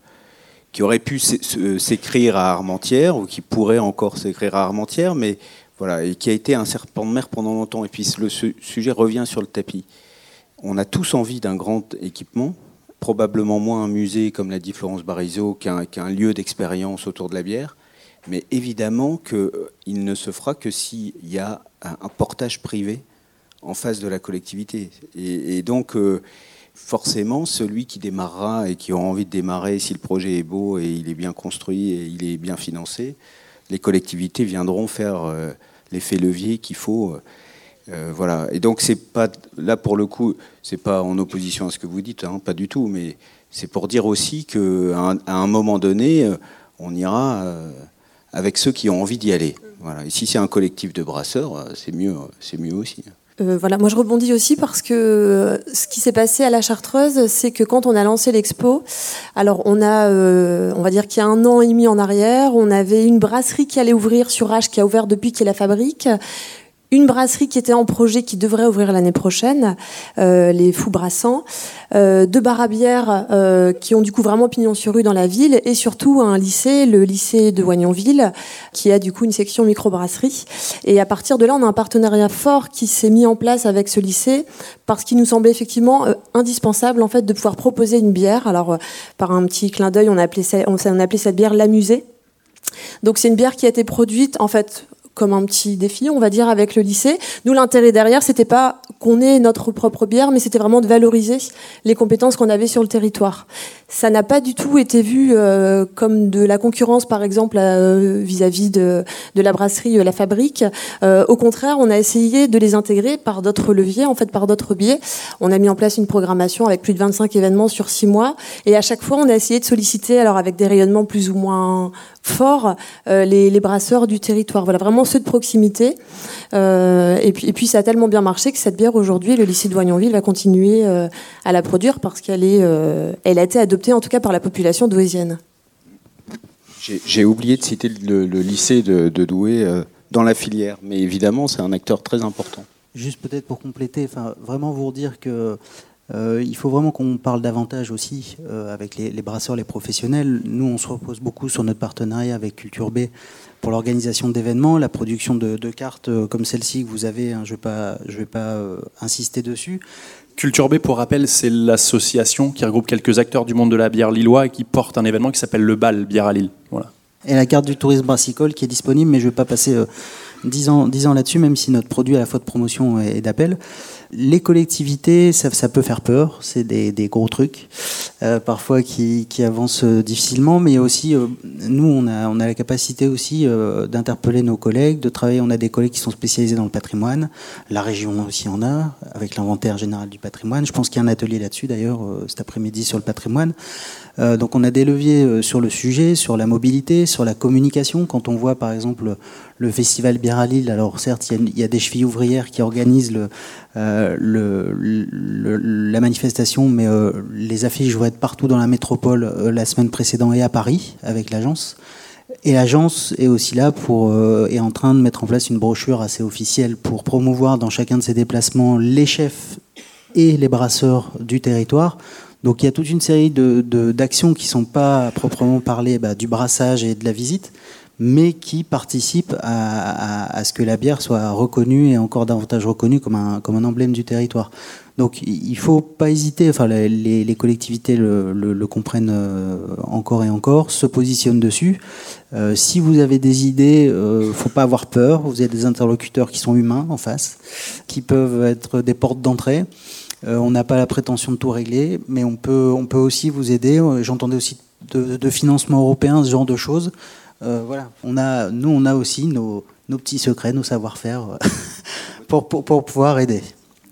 qui aurait pu s'écrire à Armentières, ou qui pourrait encore s'écrire à Armentières, mais voilà, et qui a été un serpent de mer pendant longtemps. Et puis le sujet revient sur le tapis. On a tous envie d'un grand équipement, probablement moins un musée, comme l'a dit Florence Barizot, qu'un lieu d'expérience autour de la bière. Mais évidemment qu'il ne se fera que s'il y a un portage privé en face de la collectivité. Et donc, forcément, celui qui démarrera et qui aura envie de démarrer, si le projet est beau et il est bien construit et il est bien financé, les collectivités viendront faire l'effet levier qu'il faut. Voilà. Et donc, c'est pas, là, pour le coup, c'est pas en opposition à ce que vous dites, hein, pas du tout, mais c'est pour dire aussi qu'à un moment donné, on ira avec ceux qui ont envie d'y aller. Voilà. Et si c'est un collectif de brasseurs, c'est mieux aussi. Voilà, moi je rebondis aussi parce que ce qui s'est passé à la Chartreuse, c'est que quand on a lancé l'expo, alors on va dire qu'il y a 1 an et demi en arrière, on avait une brasserie qui allait ouvrir sur H, qui a ouvert depuis qu'il y a la fabrique. Une brasserie qui était en projet, qui devrait ouvrir l'année prochaine, les Fous Brassants, 2 bars à bière qui ont du coup vraiment pignon sur rue dans la ville, et surtout un lycée, le lycée de Wagnonville, qui a du coup une section microbrasserie. Et à partir de là, on a un partenariat fort qui s'est mis en place avec ce lycée, parce qu'il nous semblait effectivement indispensable en fait de pouvoir proposer une bière. Alors par un petit clin d'œil, on a appelé cette bière La Musée. Donc c'est une bière qui a été produite en fait comme un petit défi, on va dire, avec le lycée. Nous, l'intérêt derrière, c'était pas qu'on ait notre propre bière, mais c'était vraiment de valoriser les compétences qu'on avait sur le territoire. Ça n'a pas du tout été vu comme de la concurrence, par exemple, vis-à-vis de la brasserie La Fabrique. Au contraire, on a essayé de les intégrer par d'autres leviers, en fait, par d'autres biais. On a mis en place une programmation avec plus de 25 événements sur 6 mois. Et à chaque fois, on a essayé de solliciter, alors avec des rayonnements plus ou moins forts, les brasseurs du territoire. Voilà, vraiment ceux de proximité. Et puis, ça a tellement bien marché que cette bière, aujourd'hui, le lycée de Voignonville va continuer à la produire parce qu'elle elle a été adoptée en tout cas par la population douaisienne. J'ai oublié de citer le lycée de Douai dans la filière, mais évidemment c'est un acteur très important. Juste peut-être pour compléter, vraiment vous redire que il faut vraiment qu'on parle davantage aussi avec les brasseurs, les professionnels. Nous, on se repose beaucoup sur notre partenariat avec Culture B pour l'organisation d'événements, la production de cartes comme celle-ci que vous avez. Je vais pas insister dessus. Culture B, pour rappel, c'est l'association qui regroupe quelques acteurs du monde de la bière lillois et qui porte un événement qui s'appelle le BAL, Bière à Lille. Voilà. Et la carte du tourisme brassicole qui est disponible, mais je ne vais pas passer 10 ans là-dessus, même si notre produit à la fois de promotion et d'appel. Les collectivités, ça peut faire peur, c'est des gros trucs, parfois qui avancent difficilement, mais il y a aussi, nous, on a la capacité aussi d'interpeller nos collègues, de travailler. On a des collègues qui sont spécialisés dans le patrimoine, la région aussi en a, avec l'inventaire général du patrimoine. Je pense qu'il y a un atelier là-dessus, d'ailleurs, cet après-midi sur le patrimoine. Donc on a des leviers sur le sujet, sur la mobilité, sur la communication. Quand on voit, par exemple, le festival Bière à Lille, alors certes, il y a des chevilles ouvrières qui organisent la manifestation, mais les affiches vont être partout dans la métropole la semaine précédente et à Paris avec l'agence. Et l'agence est aussi là est en train de mettre en place une brochure assez officielle pour promouvoir dans chacun de ses déplacements les chefs et les brasseurs du territoire. Donc il y a toute une série d'actions qui ne sont pas à proprement parler du brassage et de la visite, mais qui participent à ce que la bière soit reconnue et encore davantage reconnue comme un emblème du territoire. Donc il ne faut pas hésiter, les collectivités le comprennent encore et encore, se positionnent dessus. Si vous avez des idées, il ne faut pas avoir peur, vous avez des interlocuteurs qui sont humains en face, qui peuvent être des portes d'entrée. On n'a pas la prétention de tout régler, mais on peut aussi vous aider. J'entendais aussi de financement européen, ce genre de choses. Voilà, on a aussi nos petits secrets, nos savoir-faire pour pouvoir aider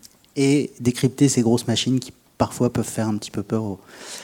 et décrypter ces grosses machines qui parfois peuvent faire un petit peu peur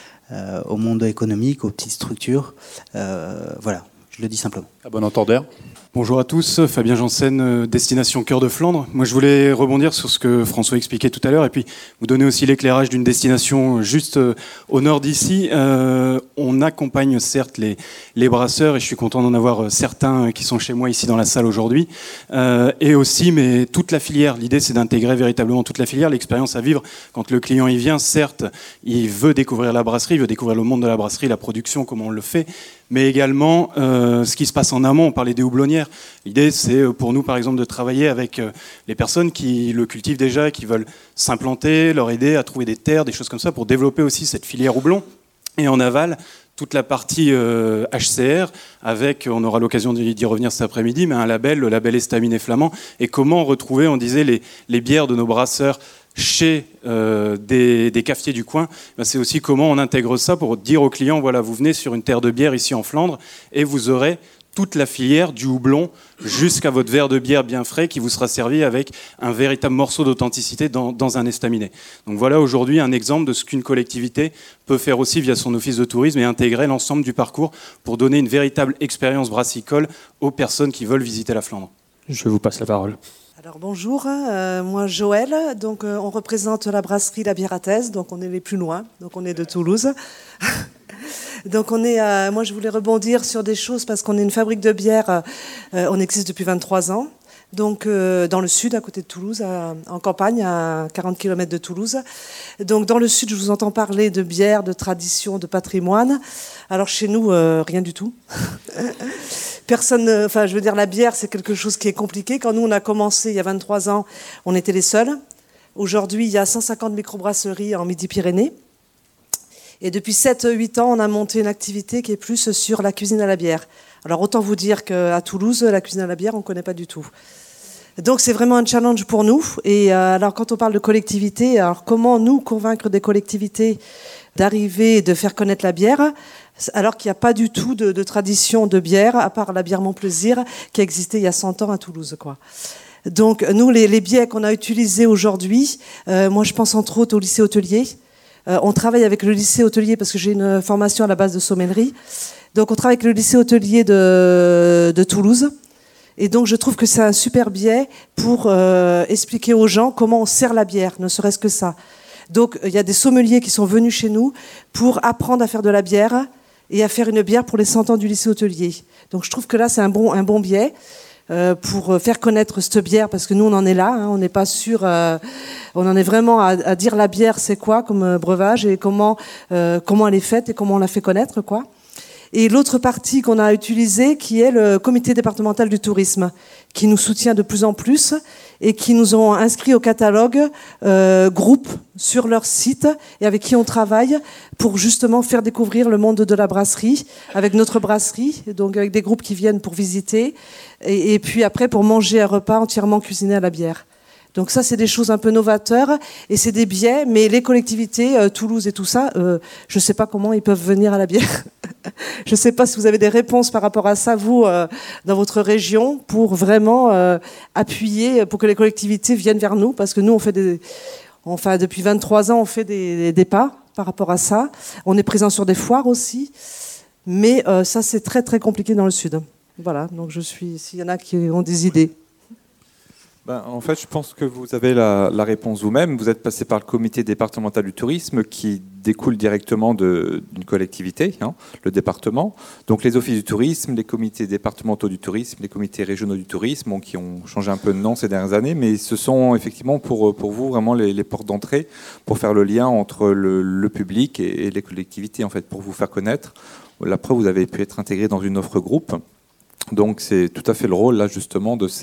au monde économique, aux petites structures. Voilà, je le dis simplement. À bon entendeur. Bonjour à tous, Fabien Janssen, Destination Cœur de Flandre. Moi, je voulais rebondir sur ce que François expliquait tout à l'heure et puis vous donner aussi l'éclairage d'une destination juste au nord d'ici. On accompagne certes les brasseurs et je suis content d'en avoir certains qui sont chez moi ici dans la salle aujourd'hui. Et aussi, mais toute la filière. L'idée, c'est d'intégrer véritablement toute la filière, l'expérience à vivre. Quand le client y vient, certes, il veut découvrir la brasserie, il veut découvrir le monde de la brasserie, la production, comment on le fait, mais également ce qui se passe en amont. On parlait des houblonnières. L'idée, c'est pour nous, par exemple, de travailler avec les personnes qui le cultivent déjà, qui veulent s'implanter, leur aider à trouver des terres, des choses comme ça, pour développer aussi cette filière houblon. Et en aval, toute la partie HCR, avec, on aura l'occasion d'y revenir cet après-midi, mais un label, le label Estaminet Flamand, et comment retrouver, on disait, les bières de nos brasseurs chez des cafetiers du coin. C'est aussi comment on intègre ça pour dire aux clients, voilà, vous venez sur une terre de bière ici en Flandre, et vous aurez toute la filière du houblon jusqu'à votre verre de bière bien frais qui vous sera servi avec un véritable morceau d'authenticité dans un estaminet. Donc voilà aujourd'hui un exemple de ce qu'une collectivité peut faire aussi via son office de tourisme et intégrer l'ensemble du parcours pour donner une véritable expérience brassicole aux personnes qui veulent visiter la Flandre. Je vous passe la parole. Alors bonjour, moi Joël, donc on représente la brasserie La Biérathèse, donc on est les plus loin, donc on est de Toulouse. Donc moi je voulais rebondir sur des choses parce qu'on est une fabrique de bière, on existe depuis 23 ans, donc dans le sud à côté de Toulouse, en campagne à 40 km de Toulouse. Donc dans le sud je vous entends parler de bière, de tradition, de patrimoine. Alors chez nous rien du tout. Personne, je veux dire la bière c'est quelque chose qui est compliqué. Quand nous on a commencé il y a 23 ans, on était les seuls. Aujourd'hui il y a 150 microbrasseries en Midi-Pyrénées. Et depuis 7-8 ans, on a monté une activité qui est plus sur la cuisine à la bière. Alors autant vous dire qu'à Toulouse, la cuisine à la bière, on ne connaît pas du tout. Donc c'est vraiment un challenge pour nous. Et alors quand on parle de collectivité, alors comment nous convaincre des collectivités d'arriver et de faire connaître la bière, alors qu'il n'y a pas du tout de tradition de bière, à part la bière Mon Plaisir, qui a existé il y a 100 ans à Toulouse, quoi. Donc nous, les biais qu'on a utilisés aujourd'hui, moi je pense entre autres au lycée hôtelier. On travaille avec le lycée hôtelier parce que j'ai une formation à la base de sommellerie. Donc on travaille avec le lycée hôtelier de Toulouse. Et donc je trouve que c'est un super biais pour expliquer aux gens comment on sert la bière, ne serait-ce que ça. Donc il y a des sommeliers qui sont venus chez nous pour apprendre à faire de la bière et à faire une bière pour les 100 ans du lycée hôtelier. Donc je trouve que là c'est un bon biais pour faire connaître cette bière, parce que nous on en est là, hein, on n'est pas sûr, on en est vraiment à dire la bière c'est quoi comme breuvage et comment elle est faite et comment on la fait connaître, quoi. Et l'autre partie qu'on a utilisée, qui est le comité départemental du tourisme, qui nous soutient de plus en plus et qui nous ont inscrits au catalogue groupe sur leur site et avec qui on travaille pour justement faire découvrir le monde de la brasserie avec notre brasserie, donc avec des groupes qui viennent pour visiter et puis après pour manger un repas entièrement cuisiné à la bière. Donc ça, c'est des choses un peu novateurs et c'est des biais, mais les collectivités, Toulouse et tout ça, je ne sais pas comment ils peuvent venir à la bière. Je ne sais pas si vous avez des réponses par rapport à ça, vous, dans votre région, pour vraiment appuyer, pour que les collectivités viennent vers nous, parce que nous, depuis 23 ans, on fait des pas par rapport à ça. On est présent sur des foires aussi, mais ça, c'est très, très compliqué dans le Sud. Voilà, donc s'il y en a qui ont des idées. En fait, je pense que vous avez la réponse vous-même. Vous êtes passé par le comité départemental du tourisme qui découle directement d'une collectivité, hein, le département. Donc les offices du tourisme, les comités départementaux du tourisme, les comités régionaux du tourisme, qui ont changé un peu de nom ces dernières années, mais ce sont effectivement pour vous vraiment les portes d'entrée pour faire le lien entre le public et les collectivités, en fait, pour vous faire connaître. Après, vous avez pu être intégré dans une offre groupe. Donc c'est tout à fait le rôle là justement de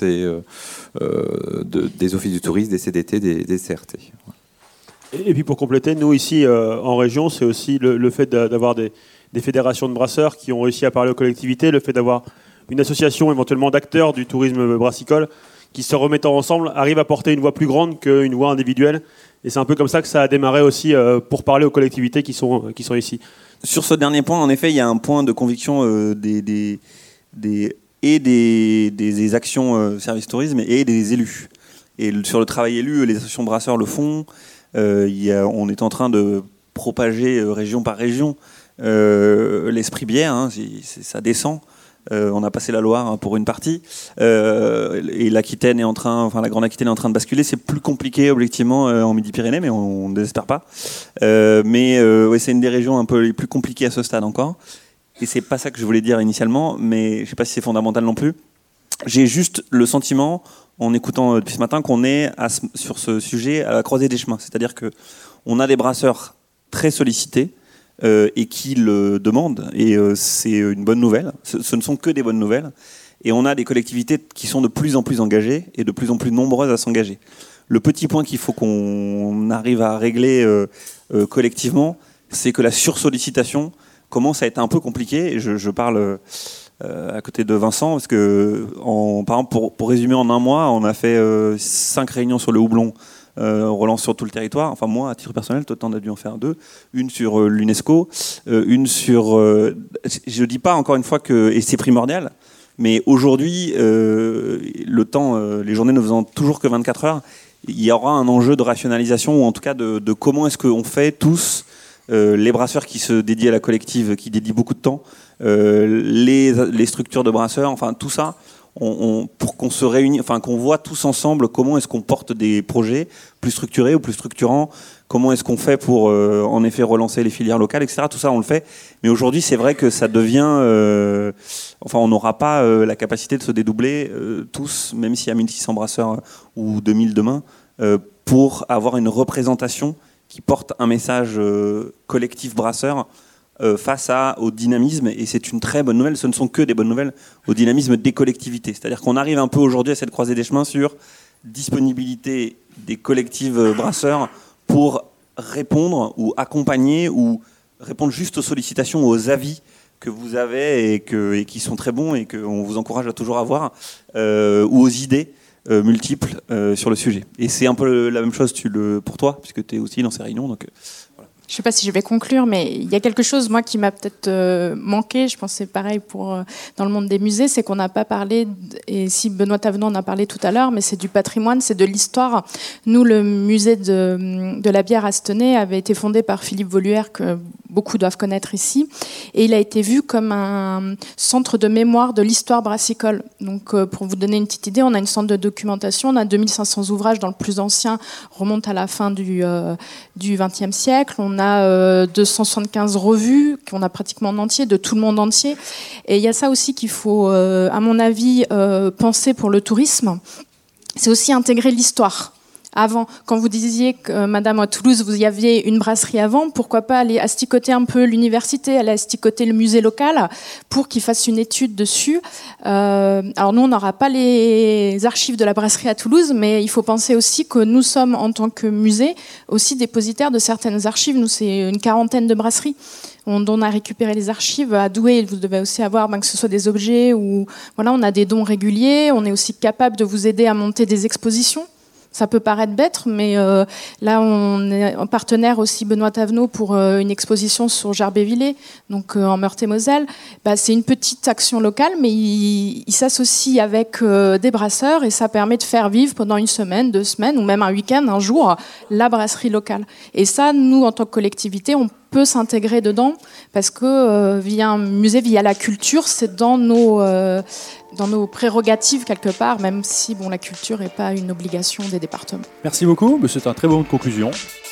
des offices du tourisme, des CDT, des CRT. Et puis pour compléter, nous ici en région, c'est aussi le fait d'avoir des fédérations de brasseurs qui ont réussi à parler aux collectivités, le fait d'avoir une association éventuellement d'acteurs du tourisme brassicole qui se remettant ensemble arrive à porter une voix plus grande qu'une voix individuelle. Et c'est un peu comme ça que ça a démarré aussi pour parler aux collectivités qui sont ici. Sur ce dernier point, en effet, il y a un point de conviction des actions service tourisme et des élus. Et sur le travail élu, les associations brasseurs le font. On est en train de propager région par région l'esprit bière. Hein, ça descend. On a passé la Loire pour une partie. Et l'Aquitaine la Grande Aquitaine est en train de basculer. C'est plus compliqué objectivement en Midi-Pyrénées, mais on ne désespère pas. Ouais, c'est une des régions un peu les plus compliquées à ce stade encore. Et c'est pas ça que je voulais dire initialement, mais je sais pas si c'est fondamental non plus. J'ai juste le sentiment, en écoutant depuis ce matin, qu'on est sur ce sujet à la croisée des chemins. C'est-à-dire que on a des brasseurs très sollicités et qui le demandent, et c'est une bonne nouvelle. Ce ne sont que des bonnes nouvelles. Et on a des collectivités qui sont de plus en plus engagées et de plus en plus nombreuses à s'engager. Le petit point qu'il faut qu'on arrive à régler collectivement, c'est que la sursollicitation commence à être un peu compliqué. Et je parle à côté de Vincent, parce que, par exemple, pour résumer en un mois, on a fait 5 réunions sur le houblon, on relance sur tout le territoire. Enfin, moi, à titre personnel, toi, t'en as dû en faire 2. Une sur l'UNESCO, une sur... je ne dis pas, encore une fois, et c'est primordial, mais aujourd'hui, le temps, les journées ne faisant toujours que 24 heures, il y aura un enjeu de rationalisation, ou en tout cas de comment est-ce qu'on fait tous... les brasseurs qui se dédient à la collective, qui dédient beaucoup de temps, les structures de brasseurs, enfin tout ça, pour qu'on se réunisse, enfin qu'on voit tous ensemble comment est-ce qu'on porte des projets plus structurés ou plus structurants, comment est-ce qu'on fait pour en effet relancer les filières locales, etc. Tout ça on le fait, mais aujourd'hui c'est vrai que ça devient, on n'aura pas la capacité de se dédoubler tous, même s'il y a 1600 brasseurs ou 2000 demain, pour avoir une représentation qui porte un message collectif brasseur face au dynamisme, et c'est une très bonne nouvelle, ce ne sont que des bonnes nouvelles, au dynamisme des collectivités. C'est-à-dire qu'on arrive un peu aujourd'hui à cette croisée des chemins sur disponibilité des collectifs brasseurs pour répondre ou accompagner ou répondre juste aux sollicitations, aux avis que vous avez et qui sont très bons et qu'on vous encourage à toujours avoir, ou aux idées multiples sur le sujet. Et c'est un peu la même chose pour toi, puisque tu es aussi dans ces réunions. Donc, voilà. Je ne sais pas si je vais conclure, mais il y a quelque chose, moi, qui m'a peut-être manqué. Je pense que c'est pareil dans le monde des musées, c'est qu'on n'a pas parlé, et si Benoît Thavenot en a parlé tout à l'heure, mais c'est du patrimoine, c'est de l'histoire. Nous, le musée de la bière à Stenay avait été fondé par Philippe Voluère, que beaucoup doivent connaître ici, et il a été vu comme un centre de mémoire de l'histoire brassicole. Donc, pour vous donner une petite idée, on a une centre de documentation, on a 2500 ouvrages, dans le plus ancien remonte à la fin du XXe siècle. On a 275 revues qu'on a pratiquement en entier, de tout le monde entier. Et il y a ça aussi qu'il faut, à mon avis, penser pour le tourisme. C'est aussi intégrer l'histoire. Avant, quand vous disiez que, Madame, à Toulouse, vous y aviez une brasserie avant, pourquoi pas aller asticoter un peu l'université, aller asticoter le musée local pour qu'ils fassent une étude dessus. Alors nous, on n'aura pas les archives de la brasserie à Toulouse, mais il faut penser aussi que nous sommes, en tant que musée, aussi dépositaires de certaines archives. Nous, c'est une 40aine de brasseries. On a récupéré les archives. À Douai, vous devez aussi avoir, que ce soit des objets ou voilà, on a des dons réguliers. On est aussi capable de vous aider à monter des expositions. Ça peut paraître bête, mais là, on est en partenaire aussi, Benoît Thavenot, pour une exposition sur Gerbet-Villers, donc en Meurthe-et-Moselle. C'est une petite action locale, mais il s'associe avec des brasseurs et ça permet de faire vivre pendant une semaine, 2 semaines, ou même un week-end, un jour, la brasserie locale. Et ça, nous, en tant que collectivité, on peut s'intégrer dedans parce que via un musée, via la culture, c'est dans nos prérogatives quelque part, même si la culture n'est pas une obligation des départements. Merci beaucoup, c'est un très bonne conclusion.